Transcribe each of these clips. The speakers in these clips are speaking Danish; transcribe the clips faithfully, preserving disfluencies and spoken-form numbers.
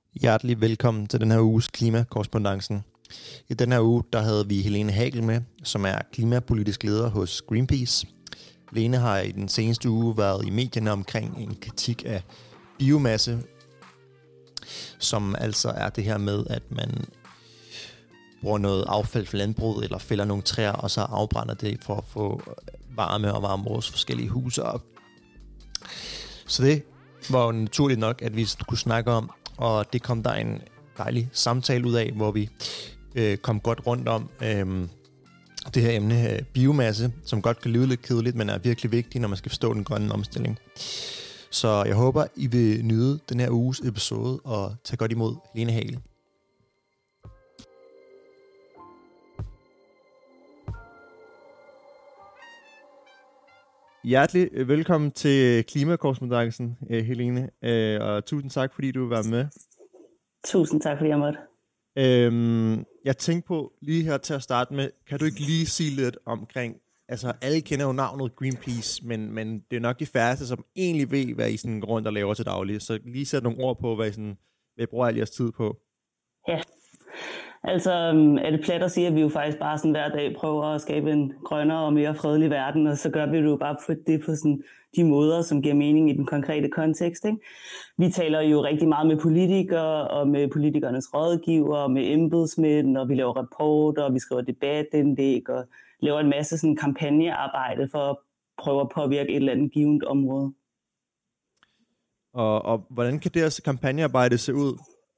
Hjertelig velkommen til den her uges klimakorrespondancen. I den her uge der havde vi Helene Hagel med, som er klimapolitisk leder hos Greenpeace. Helene har i den seneste uge været i medierne omkring en kritik af biomasse, som altså er det her med, at man bruger noget affald fra landbruget eller fælder nogle træer, og så afbrænder det for at få varme og varme vores forskellige huse op. Så det var jo naturligt nok, at vi kunne snakke om, og det kom der en dejlig samtale ud af, hvor vi øh, kom godt rundt om øh, det her emne øh, biomasse, som godt kan lyde lidt kedeligt, men er virkelig vigtigt, når man skal forstå den grønne omstilling. Så jeg håber, I vil nyde den her uges episode og tage godt imod Helene Hagel. Hjertelig velkommen til klimakorrespondancen, Helene, og tusind tak, fordi du vil være med. Tusind tak, fordi jeg måtte. Øhm, jeg tænkte på, lige her til at starte med, kan du ikke lige sige lidt omkring, altså alle kender jo navnet Greenpeace, men, men det er nok de færreste, som egentlig ved, hvad I sådan går rundt og laver til daglig. Så lige sæt nogle ord på, hvad I, sådan, hvad I bruger al jeres tid på. Ja, altså er det plat at sige, at vi jo faktisk bare sådan hver dag prøver at skabe en grønnere og mere fredelig verden, og så gør vi det jo bare på det på sådan de måder, som giver mening i den konkrete kontekst, ikke? Vi taler jo rigtig meget med politikere, og med politikernes rådgivere, og med embedsmænd, og vi laver rapporter, og vi skriver debatindlæg, og laver en masse sådan kampagnearbejde for at prøve at påvirke et eller andet givet område. Og, og hvordan kan deres kampagnearbejde se ud?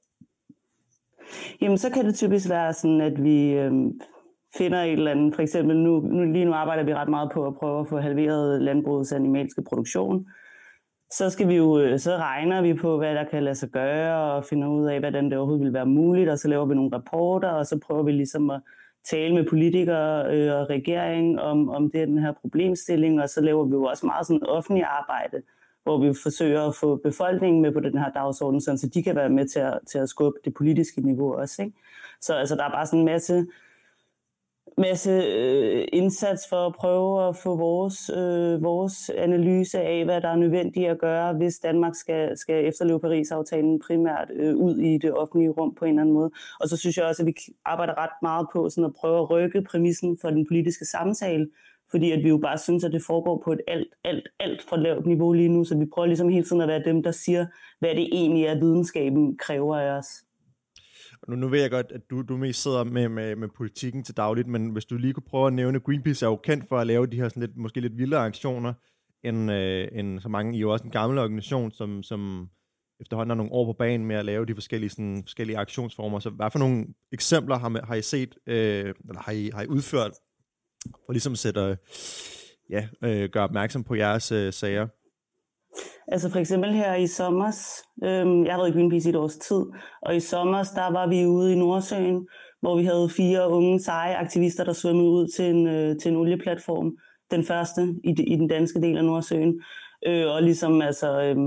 Jamen, så kan det typisk være sådan, at vi øh, finder et eller andet, for eksempel nu, nu, lige nu arbejder vi ret meget på at prøve at få halveret landbrugets animalske produktion. Så skal vi jo, så regner vi på, hvad der kan lade sig gøre, og finder ud af, hvordan det overhovedet vil være muligt, og så laver vi nogle rapporter, og så prøver vi ligesom at tale med politikere øh, og regering om, om det, den her problemstilling, og så laver vi jo også meget sådan offentlig arbejde, hvor vi forsøger at få befolkningen med på den her dagsorden, så de kan være med til at, til at skubbe det politiske niveau også, ikke? Så altså, der er bare sådan en masse, masse øh, indsats for at prøve at få vores, øh, vores analyse af, hvad der er nødvendigt at gøre, hvis Danmark skal, skal efterleve Paris-aftalen primært øh, ud i det offentlige rum på en eller anden måde. Og så synes jeg også, at vi arbejder ret meget på sådan at prøve at rykke præmissen for den politiske samtale, fordi at vi jo bare synes, at det foregår på et alt, alt, alt for lavt niveau lige nu, så vi prøver ligesom hele tiden at være dem, der siger, hvad det egentlig er, videnskaben kræver af os. Nu, nu ved jeg godt, at du, du mest sidder med, med, med politikken til dagligt, men hvis du lige kunne prøve at nævne, Greenpeace er jo kendt for at lave de her sådan lidt, måske lidt vildere aktioner, end, øh, end så mange. I er jo også en gammel organisation, som, som efterhånden har nogle år på banen med at lave de forskellige, sådan, forskellige aktionsformer. Så hvad for nogle eksempler har, har I set, øh, eller har I, har I udført, for ligesom at sætte, ja, øh, gøre opmærksom på jeres øh, sager? Altså for eksempel her i sommers, øh, jeg har været i Greenpeace i et års tid, og i sommers, der var vi ude i Nordsøen, hvor vi havde fire unge, seje aktivister, der svømmede ud til en, øh, til en olieplatform, den første i, de, i den danske del af Nordsøen, øh, og ligesom altså øh,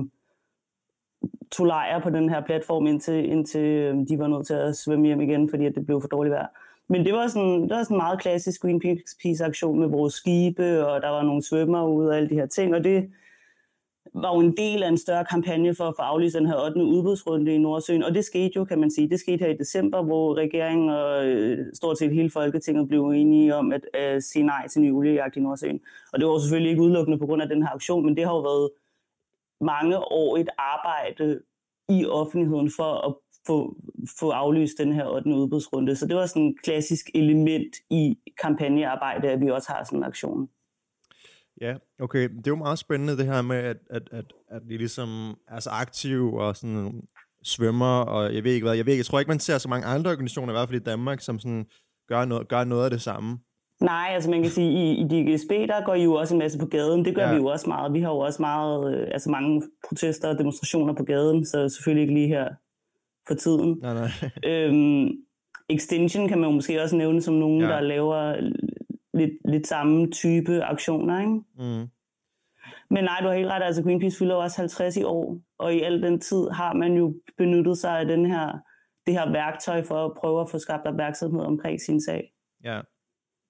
tog lejr på den her platform, indtil, indtil øh, de var nødt til at svømme hjem igen, fordi at det blev for dårligt vejr. Men det var sådan, det var sådan en meget klassisk Greenpeace-aktion med vores skibe, og der var nogle svømmere ude og alle de her ting, og det var jo en del af en større kampagne for at få aflyst den her ottende udbudsrunde i Nordsøen, og det skete jo, kan man sige. Det skete her i december, hvor regeringen og øh, stort set hele Folketinget blev enige om at øh, sige nej til ny oliejagt i Nordsøen. Og det var selvfølgelig ikke udelukkende på grund af den her aktion, men det har jo været mange år et arbejde i offentligheden for at få, få aflyst den her ottende udbudsrunde. Så det var sådan et klassisk element i kampagnearbejde, at vi også har sådan en aktion. Ja, okay. Det er jo meget spændende det her med, at, at, at, at de ligesom er så aktive og sådan svømmer, og jeg ved ikke hvad, jeg ved ikke, jeg tror ikke, man ser så mange andre organisationer, i hvert fald i Danmark, som sådan gør noget, gør noget af det samme. Nej, altså man kan sige, i, i D G S B, der går I jo også en masse på gaden. Det gør ja. vi jo også meget. Vi har jo også meget, øh, altså mange protester og demonstrationer på gaden, så selvfølgelig ikke lige her for tiden. Nej, nej. øhm, Extinction kan man jo måske også nævne som nogen, ja. der laver lidt, lidt samme type aktioner, ikke? Mm. Men nej, du har helt ret, altså Greenpeace fylder også halvtreds i år, og i al den tid har man jo benyttet sig af den her, det her værktøj for at prøve at få skabt opmærksomhed omkring sin sag. Ja.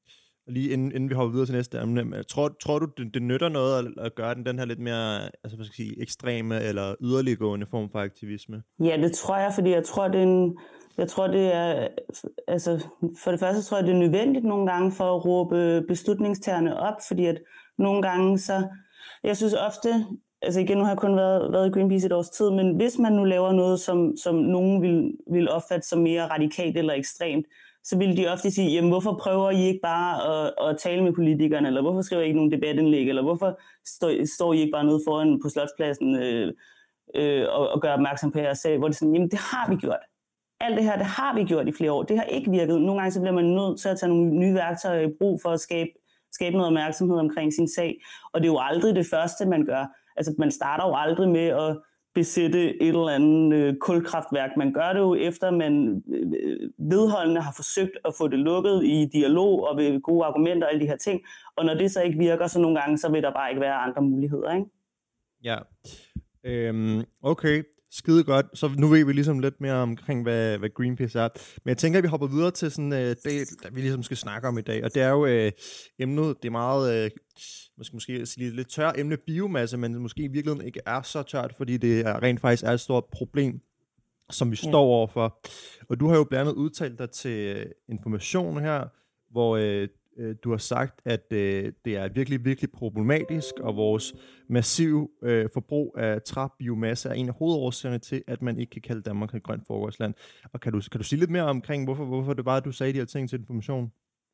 lige inden, inden vi hopper videre til næste emne, tror, tror du, det, det nytter noget at, at gøre den, den her lidt mere altså, hvad skal jeg sige, ekstreme eller yderliggående form for aktivisme? Ja, det tror jeg, fordi jeg tror, det er en, jeg tror, det er, altså, for det første tror jeg, det er nødvendigt nogle gange for at råbe beslutningstagerne op, fordi at nogle gange så, jeg synes ofte, altså igen, nu har jeg kun været, været i Greenpeace et års tid, men hvis man nu laver noget, som, som nogen vil, vil opfatte som mere radikalt eller ekstremt, så vil de ofte sige, jamen hvorfor prøver I ikke bare at, at tale med politikerne, eller hvorfor skriver I ikke nogen debatindlæg, eller hvorfor står, står I ikke bare nede foran på Slotspladsen øh, øh, og, og gør opmærksom på jeres sag, hvor det er sådan, jamen det har vi gjort. Alt det her, det har vi gjort i flere år. Det har ikke virket. Nogle gange så bliver man nødt til at tage nogle nye værktøjer i brug for at skabe, skabe noget opmærksomhed omkring sin sag, og det er jo aldrig det første, man gør. Altså man starter jo aldrig med at besætte et eller andet øh, kulkraftværk. Man gør det jo efter, man øh, vedholdende har forsøgt at få det lukket i dialog og ved gode argumenter og alle de her ting. Og når det så ikke virker, så nogle gange, så vil der bare ikke være andre muligheder, ikke? Ja, øhm, okay. Skide godt. Så nu ved vi ligesom lidt mere omkring, hvad, hvad Greenpeace er. Men jeg tænker, at vi hopper videre til sådan uh, det, der vi ligesom skal snakke om i dag. Og det er jo uh, emnet, det er meget, uh, måske, måske sige lidt tør emne, biomasse, men måske i virkeligheden ikke er så tørt, fordi det er, rent faktisk er et stort problem, som vi ja. står overfor. Og du har jo blandt andet udtalt dig til uh, Information her, hvor uh, du har sagt, at øh, det er virkelig, virkelig problematisk, og vores massive øh, forbrug af træbiomasse er en af hovedårsagerne til, at man ikke kan kalde Danmark et grønt foregangsland. Og kan du, kan du sige lidt mere omkring, hvorfor, hvorfor det var, at du sagde de her ting til Information?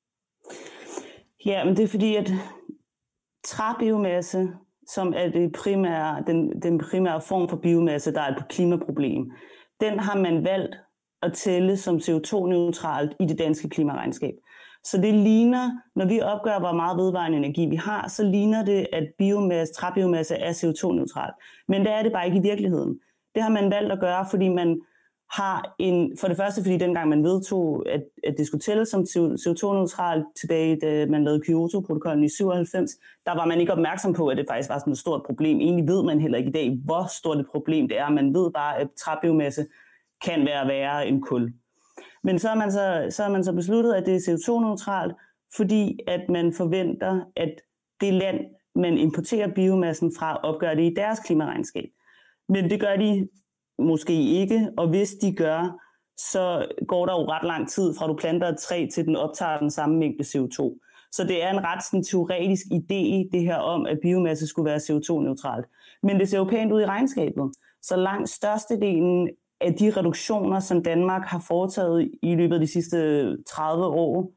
Ja, men det er fordi, at træbiomasse, som er det primære, den, den primære form for biomasse, der er et klimaproblem, den har man valgt at tælle som C O to neutralt i det danske klimaregnskab. Så det ligner, når vi opgør, hvor meget vedvarende energi vi har, så ligner det, at biomasse, træbiomasse er C O to neutralt. Men det er det bare ikke i virkeligheden. Det har man valgt at gøre, fordi man har en, for det første fordi dengang man vedtog, at, at det skulle tælles som C O to neutralt tilbage, da man lavede Kyoto-protokollen i syvoghalvfems, der var man ikke opmærksom på, at det faktisk var sådan et stort problem. Egentlig ved man heller ikke i dag, hvor stort et problem det er. Man ved bare, at træbiomasse kan være værre end kul. Men så har man så, så, har man så besluttet, at det er C O to neutralt, fordi at man forventer, at det land, man importerer biomassen fra, opgør det i deres klimaregnskab. Men det gør de måske ikke, og hvis de gør, så går der jo ret lang tid fra du planter et træ, til den optager den samme mængde C O to. Så det er en ret sådan, teoretisk idé, det her om, at biomasse skulle være C O to neutralt. Men det ser jo pænt ud i regnskabet. Så langt størstedelen af de reduktioner, som Danmark har foretaget i løbet af de sidste tredive år,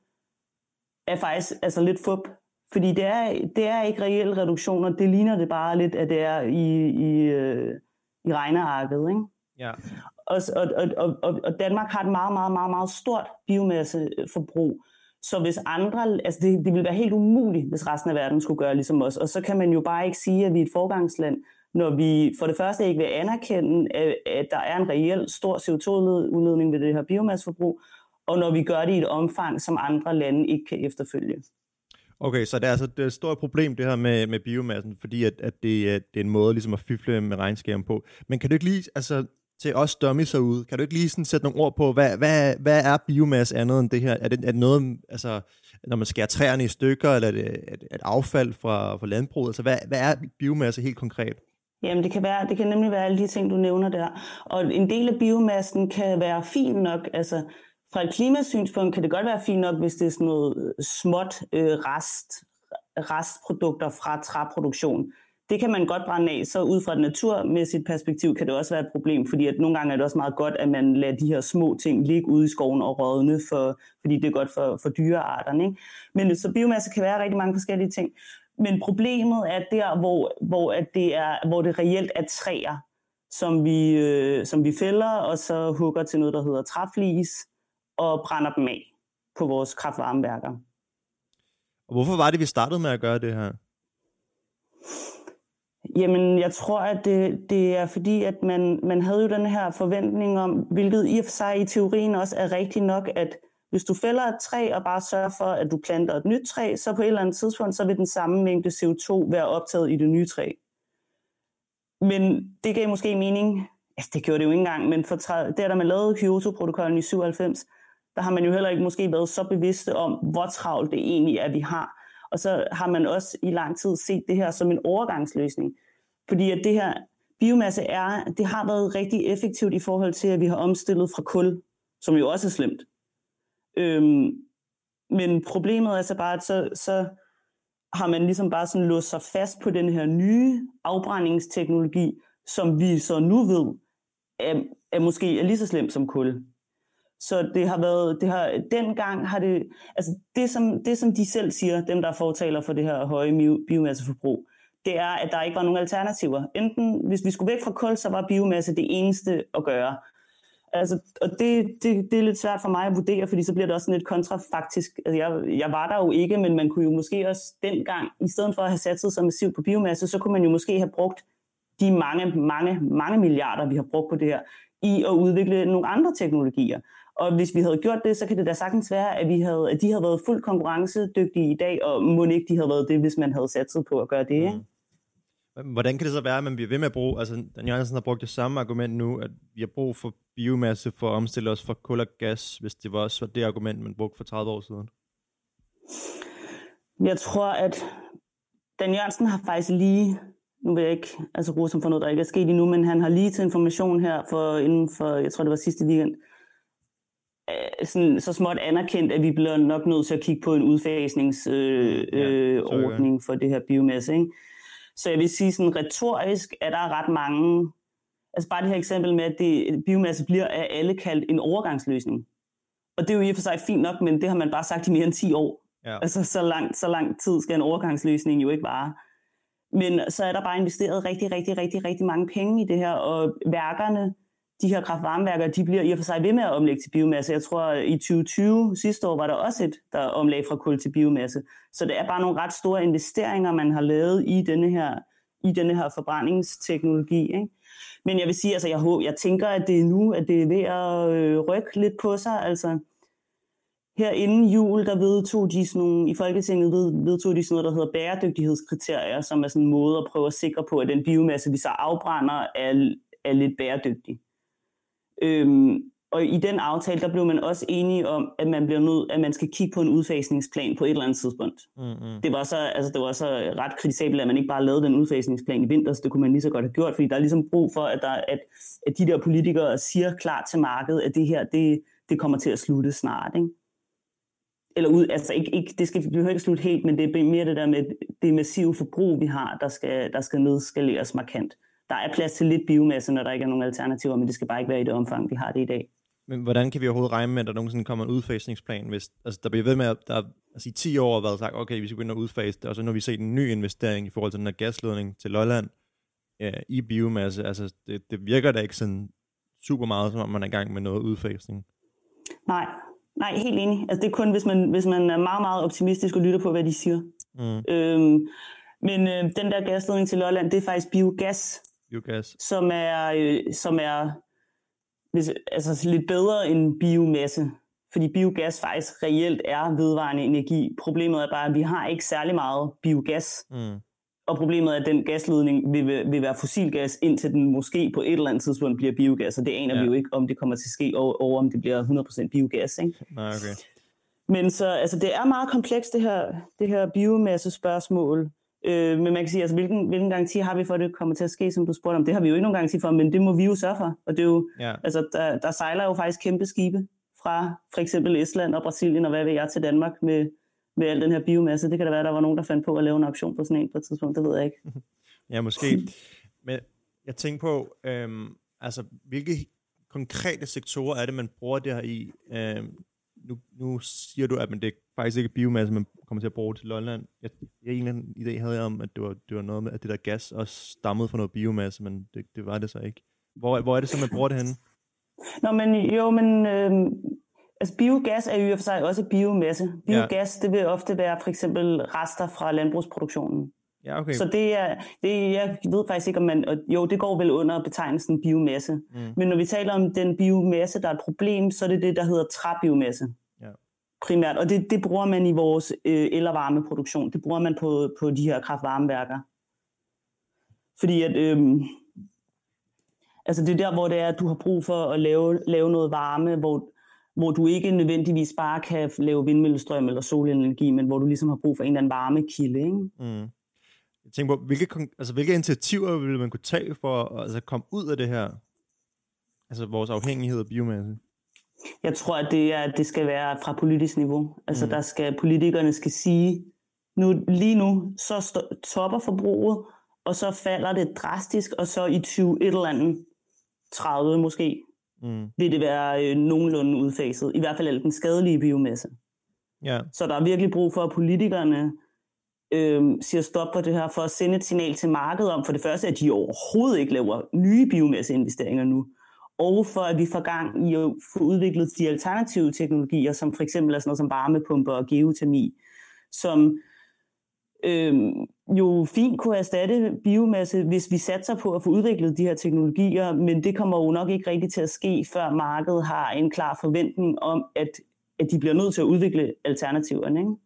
er faktisk altså lidt fup. Fordi det er, det er ikke reelle reduktioner, det ligner det bare lidt, at det er i, i, i regnearket, ikke? Ja. Og, og, og, og, og Danmark har et meget, meget, meget, meget stort biomasseforbrug. Så hvis andre, altså det, det ville være helt umuligt, hvis resten af verden skulle gøre ligesom os. Og så kan man jo bare ikke sige, at vi er et forgangsland, når vi for det første ikke vil anerkende, at der er en reelt stor C O to udledning ved det her biomasseforbrug, og når vi gør det i et omfang, som andre lande ikke kan efterfølge. Okay, så det er altså det er et stort problem, det her med, med biomassen, fordi at, at det, det er en måde ligesom at fifle med regnskabet på. Men kan du ikke lige, altså til os dummies herude, kan du ikke lige sådan sætte nogle ord på, hvad, hvad, hvad er biomasse andet end det her? Er det, er det noget, altså når man skærer træerne i stykker, eller er det et, et affald fra, fra landbruget? Altså hvad, hvad er biomasse helt konkret? Jamen det kan, være, det kan nemlig være alle de ting, du nævner der. Og en del af biomassen kan være fin nok. Altså fra et klimasynspunkt kan det godt være fint nok, hvis det er sådan noget småt øh, rest, restprodukter fra træproduktion. Det kan man godt brænde af. Så ud fra et naturmæssigt perspektiv kan det også være et problem, fordi at nogle gange er det også meget godt, at man lader de her små ting ligge ude i skoven og rådne, for, fordi det er godt for, for dyrearterne, ikke? Men så biomasse kan være rigtig mange forskellige ting. Men problemet er der, hvor, hvor, at det, er, hvor det reelt er træer, som vi, øh, som vi fælder, og så hugger til noget, der hedder træflis, og brænder dem af på vores kraftvarmeværker. Og hvorfor var det, vi startede med at gøre det her? Jamen, jeg tror, at det, det er fordi, at man, man havde jo den her forventning om, hvilket i og for sig i teorien også er rigtigt nok, at hvis du fælder et træ og bare sørger for, at du planter et nyt træ, så på et eller andet tidspunkt, så vil den samme mængde C O to være optaget i det nye træ. Men det gav måske mening, altså det gjorde det jo ikke engang, men for der, da man lavede Kyoto-protokollen i syvoghalvfems, der har man jo heller ikke måske været så bevidste om, hvor travlt det egentlig er, vi har. Og så har man også i lang tid set det her som en overgangsløsning. Fordi at det her biomasse er, det har været rigtig effektivt i forhold til, at vi har omstillet fra kul, som jo også er slemt. Øhm, men problemet er så bare, at så, så har man ligesom bare sådan låst sig fast på den her nye afbrændingsteknologi, som vi så nu ved, er, er måske er lige så slemt som kul. Så det har været, det har, dengang har det, altså det som, det som de selv siger, dem der fortaler for det her høje biomasseforbrug, det er, at der ikke var nogen alternativer. Enten, hvis vi skulle væk fra kul, så var biomasse det eneste at gøre. Altså, og det, det, det er lidt svært for mig at vurdere, fordi så bliver det også sådan lidt kontrafaktisk. Altså, jeg, jeg var der jo ikke, men man kunne jo måske også dengang, i stedet for at have satset så massivt på biomasse, så kunne man jo måske have brugt de mange, mange, mange milliarder, vi har brugt på det her, i at udvikle nogle andre teknologier. Og hvis vi havde gjort det, så kan det da sagtens være, at, vi havde, at de havde været fuldt konkurrencedygtige i dag, og må ikke de havde været det, hvis man havde satset på at gøre det. Ikke? Mm. Hvordan kan det så være, at man bliver ved med at bruge, altså Dan Jørgensen har brugt det samme argument nu, at vi har brug for biomasse for at omstille os fra kul og gas, hvis det var også det argument, man brugte for tredive år siden? Jeg tror, at Dan Jørgensen har faktisk lige, nu vil jeg ikke altså rose som for noget, der ikke er sket endnu, men han har lige til information her for inden for, jeg tror det var sidste weekend, sådan, så småt anerkendt, at vi bliver nok nødt til at kigge på en udfasningsordning øh, ja, for det her biomasse. Ikke? Så jeg vil sige, sådan retorisk er der ret mange, altså bare det her eksempel med, at det, biomasse bliver af alle kaldt en overgangsløsning. Og det er jo i og for sig fint nok, men det har man bare sagt i mere end ti år. Ja. Altså så lang, så lang tid skal en overgangsløsning jo ikke vare. Men så er der bare investeret rigtig, rigtig, rigtig, rigtig mange penge i det her, og værkerne, de her kraftvarmeværker, de bliver i og for sig ved med at omlægge til biomasse. Jeg tror, i tyve tyve sidste år var der også et, der omlagde fra kul til biomasse. Så det er bare nogle ret store investeringer, man har lavet i denne her, i denne her forbrændingsteknologi. Ikke? Men jeg vil sige, altså jeg, håber, jeg tænker, at det er nu, at det er ved at øh, rykke lidt på sig. Altså her inden jul, der vedtog de sådan nogle, i Folketinget ved, vedtog de sådan noget, der hedder bæredygtighedskriterier, som er sådan en måde at prøve at sikre på, at den biomasse, vi så afbrænder, er, er lidt bæredygtig. Øhm, og i den aftale, der blev man også enige om, at man bliver nødt, at man skal kigge på en udfasningsplan på et eller andet tidspunkt. Mm-hmm. Det var så, altså det var så ret kritisabelt, at man ikke bare lavede den udfasningsplan i vinter, så det kunne man lige så godt have gjort, fordi der er ligesom brug for, at, der, at, at de der politikere siger klart til markedet, at det her, det, det kommer til at slutte snart, ikke? Eller ud, altså ikke, ikke, det skal vi behøver ikke slutte helt, men det er mere det der med det massive forbrug, vi har, der skal, der skal nedskaleres markant. Der er plads til lidt biomasse, når der ikke er nogen alternativer, men det skal bare ikke være i det omfang, vi har det i dag. Men hvordan kan vi overhovedet regne med, at der nogensinde kommer en udfasningsplan, hvis altså, der bliver ved med, at der altså, i ti år har været sagt, okay, vi skal begynde at udfase det, og så når vi ser en ny investering i forhold til den her gasledning til Lolland ja, i biomasse, altså det, det virker da ikke sådan super meget, som om man er i gang med noget udfasning. Nej, nej, helt enig. Altså det er kun, hvis man, hvis man er meget, meget optimistisk og lytter på, hvad de siger. Mm. Øhm, men øh, den der gasledning til Lolland, det er faktisk biogas. Biogas. Som er, øh, som er hvis, altså lidt bedre end biomasse. Fordi biogas faktisk reelt er vedvarende energi. Problemet er bare, at vi har ikke særlig meget biogas. Mm. Og problemet er, at den gasledning vil, vil være fossilgas, indtil den måske på et eller andet tidspunkt bliver biogas. Og det aner ja. vi jo ikke, om det kommer til at ske over, over om det bliver hundrede procent biogas. Ikke? Nej, okay. Men så, altså, det er meget komplekst, det her, det her biomasse-spørgsmål. Øh, men man kan sige, altså, hvilken, hvilken garanti har vi for, at det kommer til at ske, som du spurgte om? Det har vi jo ikke nogen garanti for, men det må vi jo sørge for. Og det er jo, ja. altså, der, der sejler jo faktisk kæmpe skibe fra for eksempel Estland og Brasilien, og hvad ved jeg, til Danmark med, med al den her biomasse. Det kan da være, der var nogen, der fandt på at lave en auktion på sådan en på et tidspunkt, det ved jeg ikke. Ja, måske. Men jeg tænker på, øhm, altså, hvilke konkrete sektorer er det, man bruger det her i? Øhm, nu, nu siger du, at man det faktisk ikke er biomasse, man kommer til at bruge til Lolland. Jeg, jeg en idé havde jeg om, at det var, det var noget med, at det der gas også stammede fra noget biomasse, men det, det var det så ikke. Hvor, hvor er det så, man bruger det henne? Nå, men jo, men øh, altså biogas er jo i og for sig også biomasse. Biogas, ja. Det vil ofte være for eksempel rester fra landbrugsproduktionen. Ja, okay. Så det er, det, jeg ved faktisk ikke, om man, jo, det går vel under betegnelsen biomasse. Mm. Men når vi taler om den biomasse, der er et problem, så er det det, der hedder træbiomasse. Ja. Primært, og det, det bruger man i vores øh, el- og varmeproduktion. Det bruger man på, på de her kraftvarmeværker. Fordi at, øh, altså det er der, hvor det er, at du har brug for at lave, lave noget varme, hvor, hvor du ikke nødvendigvis bare kan lave vindmøllestrøm eller solenergi, men hvor du ligesom har brug for en eller anden varmekilde, ikke? Mm. Jeg tænker på, hvilke, altså, hvilke initiativer ville man kunne tage for at altså, komme ud af det her? Altså vores afhængighed af biomasse? Jeg tror, at det, er, at det skal være fra politisk niveau. Altså mm. der skal, politikerne skal sige, nu, lige nu, så st- topper forbruget, og så falder det drastisk, og så i tyve et eller andet, tredive måske, mm. vil det være øh, nogenlunde udfaset. I hvert fald alt den skadelige biomasse. Yeah. Så der er virkelig brug for, at politikerne øh, siger stop på det her, for at sende et signal til markedet om, for det første, at de overhovedet ikke laver nye biomasseinvesteringer nu, og for at vi får gang i at få udviklet de alternative teknologier, som for eksempel er sådan noget som varmepumper og geotermi, som øh, jo fint kunne erstatte biomasse, hvis vi satser på at få udviklet de her teknologier, men det kommer jo nok ikke rigtigt til at ske, før markedet har en klar forventning om, at, at de bliver nødt til at udvikle alternativerne, ikke?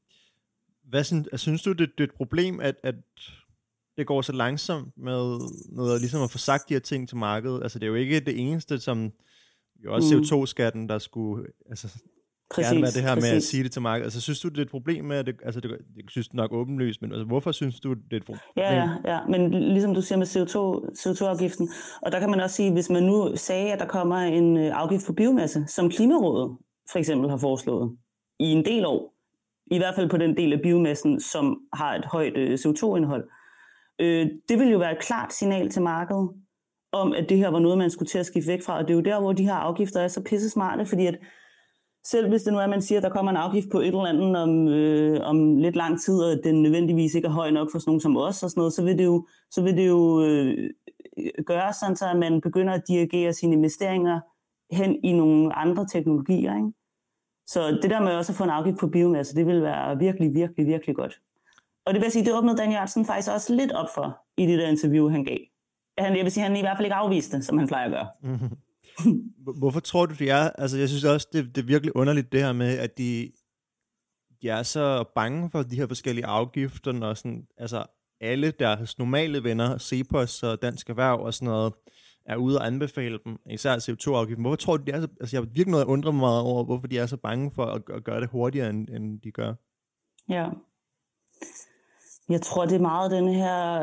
Hvad synes, synes du, det, det er et problem, at, at det går så langsomt med noget, ligesom at få sagt de her ting til markedet? Altså det er jo ikke det eneste, som jo også mm. C O to skatten, der skulle altså, præcis, gerne være det her præcis. Med at sige det til markedet. Altså synes du, det er et problem med, at det, altså det, det synes du nok åbenlyst, men altså, hvorfor synes du, det er et problem? Ja, ja, ja, men ligesom du siger med C O to, C O to-afgiften, og der kan man også sige, hvis man nu sagde, at der kommer en afgift på biomasse, som Klimarådet for eksempel har foreslået i en del år, i hvert fald på den del af biomassen, som har et højt C O to-indhold, øh, det vil jo være et klart signal til markedet, om at det her var noget, man skulle til at skifte væk fra, og det er jo der, hvor de her afgifter er så pisse smarte, fordi at selv hvis det nu er, at man siger, at der kommer en afgift på et eller andet om, øh, om lidt lang tid, og den nødvendigvis ikke er høj nok for sådan nogen som os, og sådan noget, så vil det jo, så vil det jo øh, gøre sådan, så at man begynder at dirigere sine investeringer hen i nogle andre teknologier, ikke? Så det der med også at få en afgift på biomasse, det vil være virkelig, virkelig, virkelig godt. Og det vil sige, det åbnede Dan Jørgensen faktisk også lidt op for i det der interview, han gav. Han, jeg vil sige, han i hvert fald ikke afviste, som han plejer at gøre. Mm-hmm. Hvorfor tror du, det er? Altså, jeg synes også, det, det er virkelig underligt det her med, at de, de er så bange for de her forskellige afgifter, og sådan, altså alle deres normale venner, Cepos og Dansk Erhverv og sådan noget, er ude og anbefale dem, især C O to-afgiften. Hvorfor tror du, de er så, altså jeg har virkelig noget at undre mig meget over, hvorfor de er så bange for at, at gøre det hurtigere, end, end de gør? Ja. Jeg tror, det er meget den her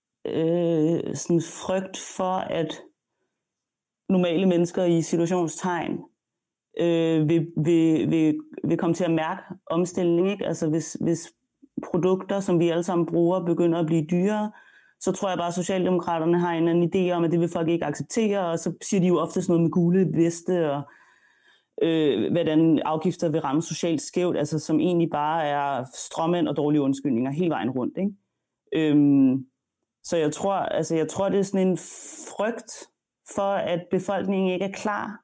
øh, sådan frygt for, at normale mennesker i situationstegn øh, vil, vil, vil, vil komme til at mærke omstilling, ikke? Altså hvis, hvis produkter, som vi alle sammen bruger, begynder at blive dyrere, så tror jeg bare, at Socialdemokraterne har en anden idé om, at det vil folk ikke acceptere, og så siger de jo ofte sådan noget med gule veste, og øh, hvordan afgifter vil ramme socialt skævt, altså som egentlig bare er stråmænd og dårlige undskyldninger hele vejen rundt, ikke? Øhm, så jeg tror, altså jeg tror, det er sådan en frygt for, at befolkningen ikke er klar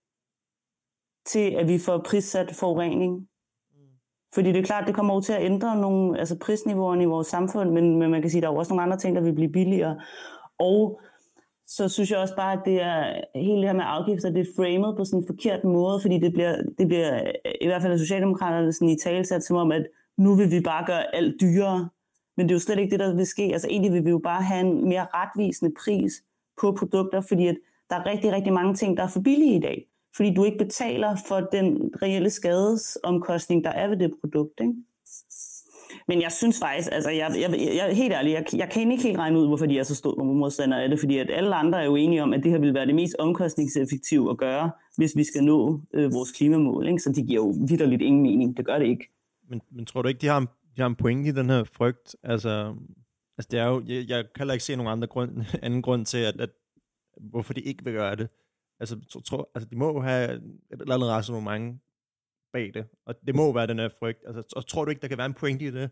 til, at vi får prissat forurening. Fordi det er klart, det kommer jo til at ændre nogle, altså prisniveauerne i vores samfund, men, men man kan sige, at der er jo også nogle andre ting, der vil blive billigere. Og så synes jeg også bare, at det er hele det her med afgifter, det er framet på sådan en forkert måde, fordi det bliver, det bliver i hvert fald af Socialdemokraterne sådan i talesat, som om, at nu vil vi bare gøre alt dyrere. Men det er jo slet ikke det, der vil ske. Altså egentlig vil vi jo bare have en mere retvisende pris på produkter, fordi at der er rigtig, rigtig mange ting, der er for billige i dag. Fordi du ikke betaler for den reelle skadesomkostning, der er ved det produkt, ikke? Men jeg synes faktisk, altså jeg, jeg, jeg helt ærligt, jeg, jeg kan ikke helt regne ud, hvorfor de er så store modstandere af det, fordi at alle andre er jo enige om, at det her vil være det mest omkostningseffektive at gøre, hvis vi skal nå øh, vores klimamål, ikke? Så det giver jo vitterligt ingen mening, det gør det ikke. Men, men tror du ikke, de har, de har en pointe i den her frygt? Altså, altså det er jo, jeg, jeg kan heller ikke se nogen andre grund, anden grund til, at, at hvorfor de ikke vil gøre det. Altså, tro, altså de må jo have et eller andet ræsonnement bag det, og det må være den her frygt. Altså, og tror du ikke, der kan være en pointe i det?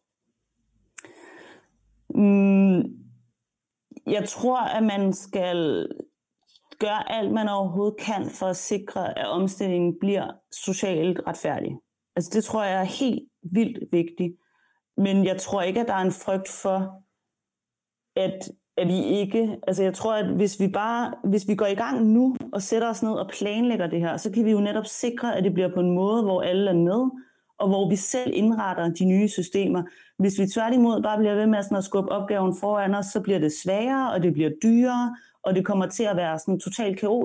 Mm, jeg tror, at man skal gøre alt, man overhovedet kan, for at sikre, at omstillingen bliver socialt retfærdig. Altså, det tror jeg er helt vildt vigtigt. Men jeg tror ikke, at der er en frygt for, at at vi ikke, altså jeg tror, at hvis vi bare, hvis vi går i gang nu og sætter os ned og planlægger det her, så kan vi jo netop sikre, at det bliver på en måde, hvor alle er med, og hvor vi selv indretter de nye systemer. Hvis vi tværtimod bare bliver ved med sådan at skubbe opgaven foran os, så bliver det sværere, og det bliver dyrere, og det kommer til at være sådan totalt kaotisk,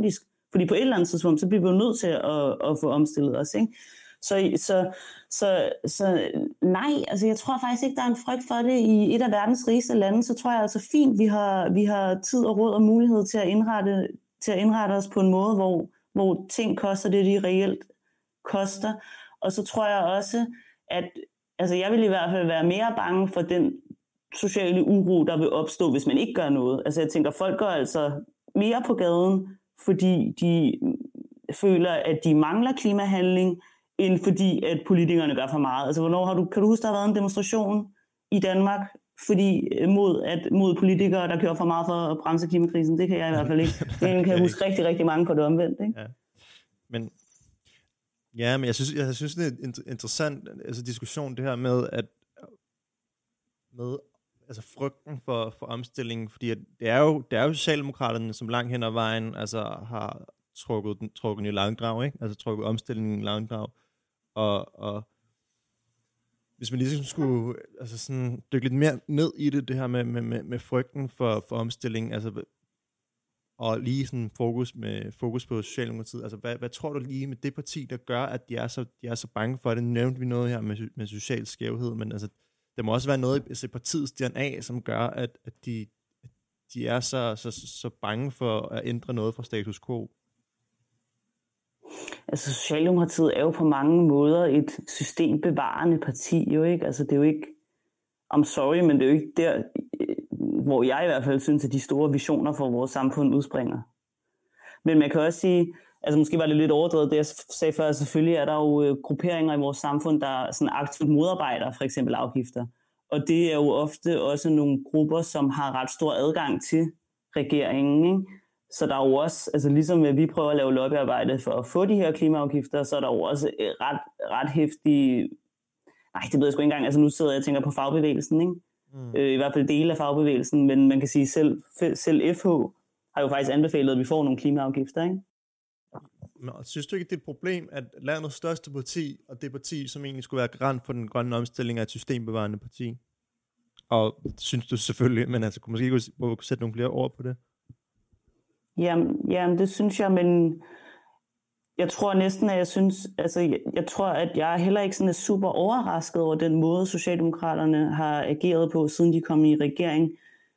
Fordi på et eller andet tidspunkt, så bliver vi jo nødt til at, at få omstillet os, ikke? Så, så, så, så nej, altså jeg tror faktisk ikke, der er en frygt for det i et af verdens rigeste lande. Så tror jeg altså fint, vi har, vi har tid og råd og mulighed til at indrette, til at indrette os på en måde, hvor, hvor ting koster det, de reelt koster. Og så tror jeg også, at altså jeg vil i hvert fald være mere bange for den sociale uro, der vil opstå, hvis man ikke gør noget. Altså jeg tænker, folk går altså mere på gaden, fordi de føler, at de mangler klimahandling, end fordi, at politikerne gør for meget. Altså, hvornår har du, kan du huske, der har været en demonstration i Danmark fordi, mod, at, mod politikere, der kører for meget for at bremse klimakrisen? Det kan jeg i hvert fald ikke. Jeg kan huske rigtig, rigtig mange på det omvendt. Ikke? Ja. Men, ja, men jeg synes, jeg synes, det er en interessant altså, diskussion, det her med, at med altså frygten for, for omstillingen, fordi at det, er jo, det er jo Socialdemokraterne, som langt hen ad vejen altså, har trukket den, trukket den i langdrag, ikke? Altså trukket omstillingen i langdrag. Og, og hvis man ligesom skulle altså sådan, dykke lidt mere ned i det, det her med, med, med, med frygten for, for omstillingen, altså, og lige sådan fokus, med, fokus på Socialdemokratiet, altså hvad, hvad tror du lige med det parti, der gør, at de er så, de er så bange for det? Nævnte vi noget her med, med social skævhed, men altså, der må også være noget i altså partiets D N A, som gør, at, at de, de er så, så, så bange for at ændre noget fra status quo. Altså Socialdemokratiet er jo på mange måder et systembevarende parti, jo ikke? Altså det er jo ikke, I'm sorry, men det er jo ikke der, hvor jeg i hvert fald synes, at de store visioner for vores samfund udspringer. Men man kan også sige, altså måske var det lidt overdrevet, det jeg sagde før, selvfølgelig er der jo grupperinger i vores samfund, der sådan aktivt modarbejder for eksempel afgifter. Og det er jo ofte også nogle grupper, som har ret stor adgang til regeringen, ikke? Så der er jo også, altså ligesom vi prøver at lave lobbyarbejde for at få de her klimaafgifter, så er der jo også ret, ret hæftige, nej det ved jeg sgu ikke engang, altså nu sidder jeg og tænker på fagbevægelsen, ikke? Mm. Øh, i hvert fald dele af fagbevægelsen, men man kan sige selv, selv F H har jo faktisk anbefalet, at vi får nogle klimaafgifter, ikke? Men synes du ikke, det er et problem, at landets største parti, og det parti, som egentlig skulle være garant for den grønne omstilling, er et systembevarende parti? Og synes du selvfølgelig, men altså kunne måske ikke kunne sætte nogle flere ord på det? Jamen, jamen, det synes jeg, men jeg tror næsten, at jeg synes, altså jeg, jeg tror, at jeg heller ikke sådan er super overrasket over den måde, Socialdemokraterne har ageret på, siden de kom i regering.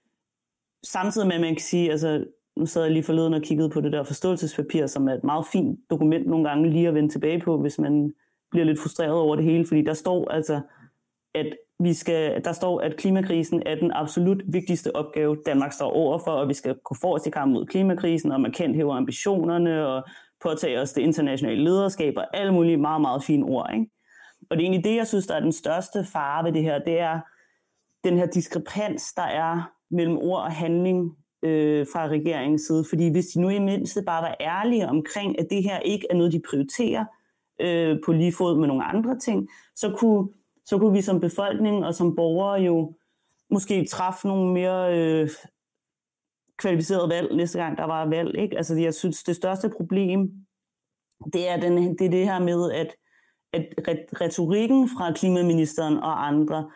Samtidig med, at man kan sige, altså nu sad jeg lige forleden og kiggede på det der forståelsespapir, som er et meget fint dokument nogle gange lige at vende tilbage på, hvis man bliver lidt frustreret over det hele, fordi der står altså, at vi skal, der står, at klimakrisen er den absolut vigtigste opgave, Danmark står overfor, og vi skal gå forrest i kampen mod klimakrisen, og markant hæver ambitionerne, og påtage os det internationale lederskab, og alle mulige meget, meget fine ord, ikke? Og det er egentlig det, jeg synes, der er den største fare ved det her, det er den her diskrepans, der er mellem ord og handling øh, fra regeringens side, fordi hvis de nu i mindste bare var ærlige omkring, at det her ikke er noget, de prioriterer øh, på lige fod med nogle andre ting, så kunne så kunne vi som befolkning og som borgere jo måske træffe nogle mere øh, kvalificerede valg næste gang, der var valg, ikke? Altså jeg synes, det største problem, det er, den, det, er det her med, at, at retorikken fra klimaministeren og andre,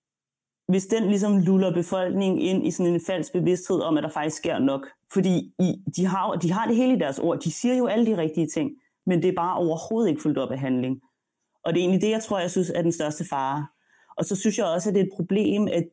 hvis den ligesom luller befolkningen ind i sådan en falsk bevidsthed om, at der faktisk sker nok. Fordi i, de, har, de har det hele i deres ord, de siger jo alle de rigtige ting, men det er bare overhovedet ikke fuldt op af handling. Og det er egentlig det, jeg tror, jeg synes er den største fare. Og så synes jeg også, at det er et problem, at,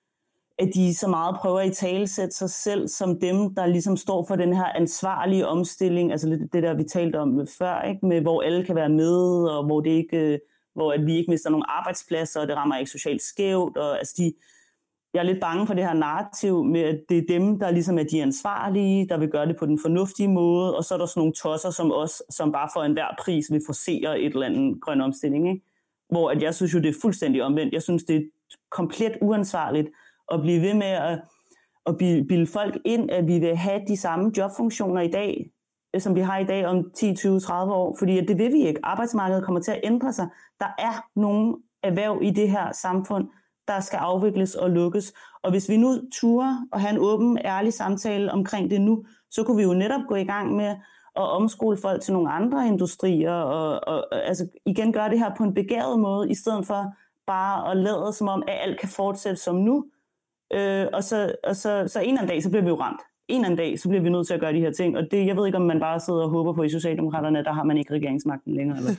at de så meget prøver at italesætte sig selv som dem, der ligesom står for den her ansvarlige omstilling, altså det, det der, vi talte om før, ikke? Med, hvor alle kan være med, og hvor, det ikke, hvor at vi ikke mister nogle arbejdspladser, og det rammer ikke socialt skævt. Og, altså de, jeg er lidt bange for det her narrativ med, at det er dem, der ligesom er de ansvarlige, der vil gøre det på den fornuftige måde, og så er der sådan nogle tosser som os, som bare for enhver pris vil forsere et eller andet grøn omstilling, ikke? Hvor at jeg synes jo, det er fuldstændig omvendt. Jeg synes, det er komplet uansvarligt at blive ved med at, at bilde folk ind, at vi vil have de samme jobfunktioner i dag, som vi har i dag om ti, tyve, tredive år, fordi det vil vi ikke. Arbejdsmarkedet kommer til at ændre sig. Der er nogle erhverv i det her samfund, der skal afvikles og lukkes. Og hvis vi nu turer og have en åben, ærlig samtale omkring det nu, så kunne vi jo netop gå i gang med at omskole folk til nogle andre industrier, og, og, og altså igen gøre det her på en begavet måde, i stedet for bare at lade som om, at alt kan fortsætte som nu. Øh, og så, og så, så en eller anden dag, så bliver vi jo ramt. en eller anden dag, så bliver vi nødt til at gøre de her ting. Og det, jeg ved ikke, om man bare sidder og håber på i Socialdemokraterne, der har man ikke regeringsmagten længere. Eller?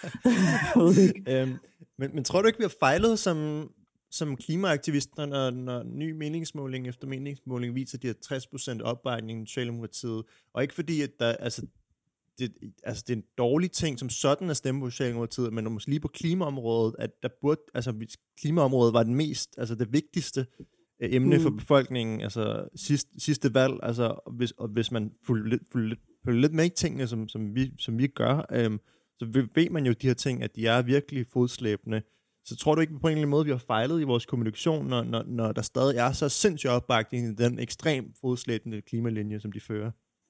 øhm, men, men tror du ikke, vi har fejlet som, som klimaaktivister, når, når ny meningsmåling efter meningsmåling viser, at de har tres procent opbakning i Socialdemokratiet? Og ikke fordi, at der, altså, det, altså, det er en dårlig ting som sådan at stemme på Socialdemokratiet, men måske lige på klimaområdet, at der burde, altså klimaområdet var den mest, altså det vigtigste emne mm. for befolkningen, altså sidste, sidste valg, altså hvis, og hvis man følger lidt, følger lidt, lidt med i tingene, som, som, vi, som vi gør, øhm, så ved man jo de her ting, at de er virkelig fodslæbende. Så tror du ikke på en eller anden måde, vi har fejlet i vores kommunikation, når, når, når der stadig er så sindssygt opbakning i den ekstremt fodslæbende klimalinje, som de fører?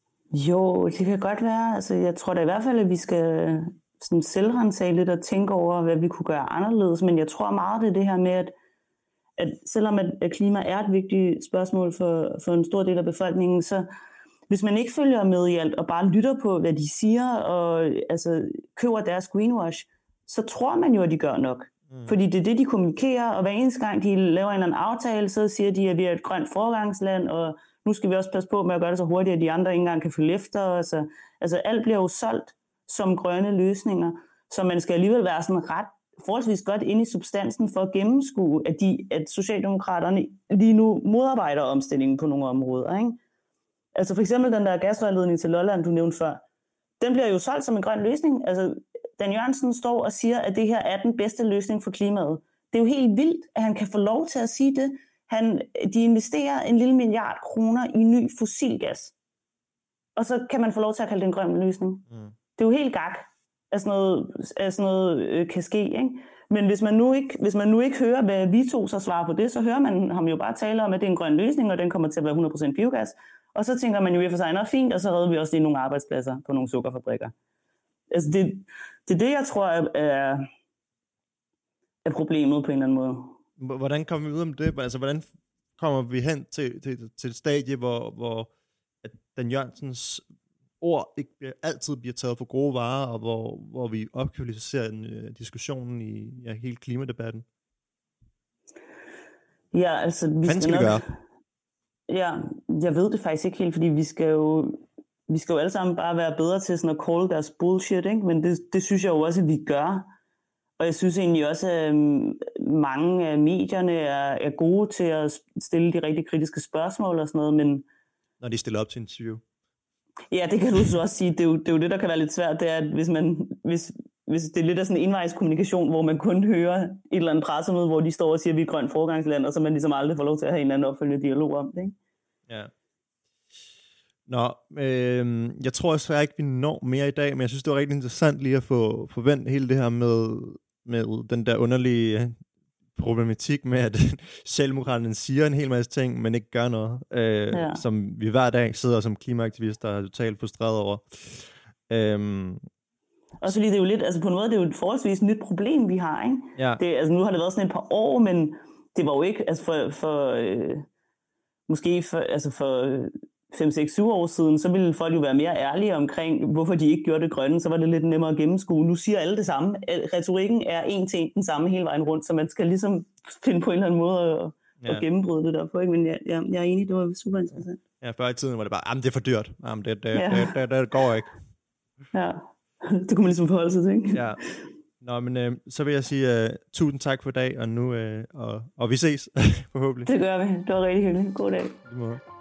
Jo, det kan godt være. Altså, jeg tror da i hvert fald, at vi skal sådan selvransage lidt og tænke over, hvad vi kunne gøre anderledes, men jeg tror meget, det er det her med, at at selvom at klima er et vigtigt spørgsmål for, for en stor del af befolkningen, så hvis man ikke følger med i alt og bare lytter på, hvad de siger, og altså, køber deres greenwash, så tror man jo, at de gør nok. Mm. Fordi det er det, de kommunikerer, og hver eneste gang, de laver en eller anden aftale, så siger de, at vi er et grønt foregangsland, og nu skal vi også passe på med at gøre det så hurtigt, at de andre ikke engang kan følge efter os. Altså, altså alt bliver jo solgt som grønne løsninger, så man skal alligevel være sådan ret forholdsvis godt inde i substansen for at gennemskue, at, de, at Socialdemokraterne lige nu modarbejder omstillingen på nogle områder. Ikke? Altså for eksempel den der gasrørledning til Lolland, du nævnte før, den bliver jo solgt som en grøn løsning. Altså Dan Jørgensen står og siger, at det her er den bedste løsning for klimaet. Det er jo helt vildt, at han kan få lov til at sige det. Han, de investerer en lille milliard kroner i ny fossilgas. Og så kan man få lov til at kalde det en grøn løsning. Mm. Det er jo helt gak. At sådan noget, at sådan noget øh, kan ske, ikke? Men hvis man, nu ikke, hvis man nu ikke hører, hvad vi to så svarer på det, så hører man ham jo bare tale om, at det er en grøn løsning, og den kommer til at være hundrede procent biogas. Og så tænker man jo i og for sig, noget fint, og så redder vi også lige nogle arbejdspladser på nogle sukkerfabrikker. Altså det, det er det, jeg tror er, er, er problemet på en eller anden måde. Hvordan kommer vi ud om det? Altså, hvordan kommer vi hen til, til, til et stadie, hvor, hvor at Dan Jørgensens ord ikke bliver, altid bliver taget for gode varer, og hvor, hvor vi opkvalificerer en, uh, diskussionen i ja, hele klimadebatten? Ja, altså... Vi Hvad skal, skal vi nok, gøre? Ja, jeg ved det faktisk ikke helt, fordi vi skal jo, vi skal jo alle sammen bare være bedre til sådan at call deres bullshit, ikke? Men det, det synes jeg jo også, at vi gør. Og jeg synes egentlig også, at mange af medierne er, er gode til at stille de rigtig kritiske spørgsmål og sådan noget, men... Når de stiller op til interview. Ja, det kan du så også sige. Det er, jo, det er jo det, der kan være lidt svært, det er, at hvis, man, hvis, hvis det er lidt af sådan en envejskommunikation, hvor man kun hører et eller andet pressemøde, hvor de står og siger, at vi er et grønt foregangsland, og så man ligesom aldrig får lov til at have en eller anden opfølgende dialog om det, ikke? Ja. Nå, øh, jeg tror desværre ikke, vi når mere i dag, men jeg synes, det var rigtig interessant lige at få forventet hele det her med, med den der underlige problematik med, at Socialdemokraterne siger en hel masse ting, men ikke gør noget, øh, ja. Som vi hver dag sidder som klimaaktivister og er totalt frustreret over. Øhm. Også fordi det er jo lidt, altså på en måde, det er jo et forholdsvis nyt problem, vi har, ikke? Ja. Det, altså nu har det været sådan et par år, men det var jo ikke, altså for, for øh, måske for, altså for fem, seks, syv år siden, så ville folk jo være mere ærlige omkring, hvorfor de ikke gjorde det grønne, så var det lidt nemmere at gennemskue. Nu siger alle det samme. Retorikken er en til en den samme hele vejen rundt, så man skal ligesom finde på en eller anden måde at, ja. at gennembryde det der på, ikke? Men jeg, jeg, jeg er enig, det var super interessant. Ja, før i tiden var det bare, jamen det er for dyrt. Jamen det, det, ja. det, det, det, det går ikke. Ja, det kunne man ligesom forholde sig til, ikke? Ja. Nå, men øh, så vil jeg sige uh, tusind tak for i dag, og nu, uh, og, og vi ses forhåbentlig. Det gør vi. Det var rigtig hyggeligt. God dag. Det må.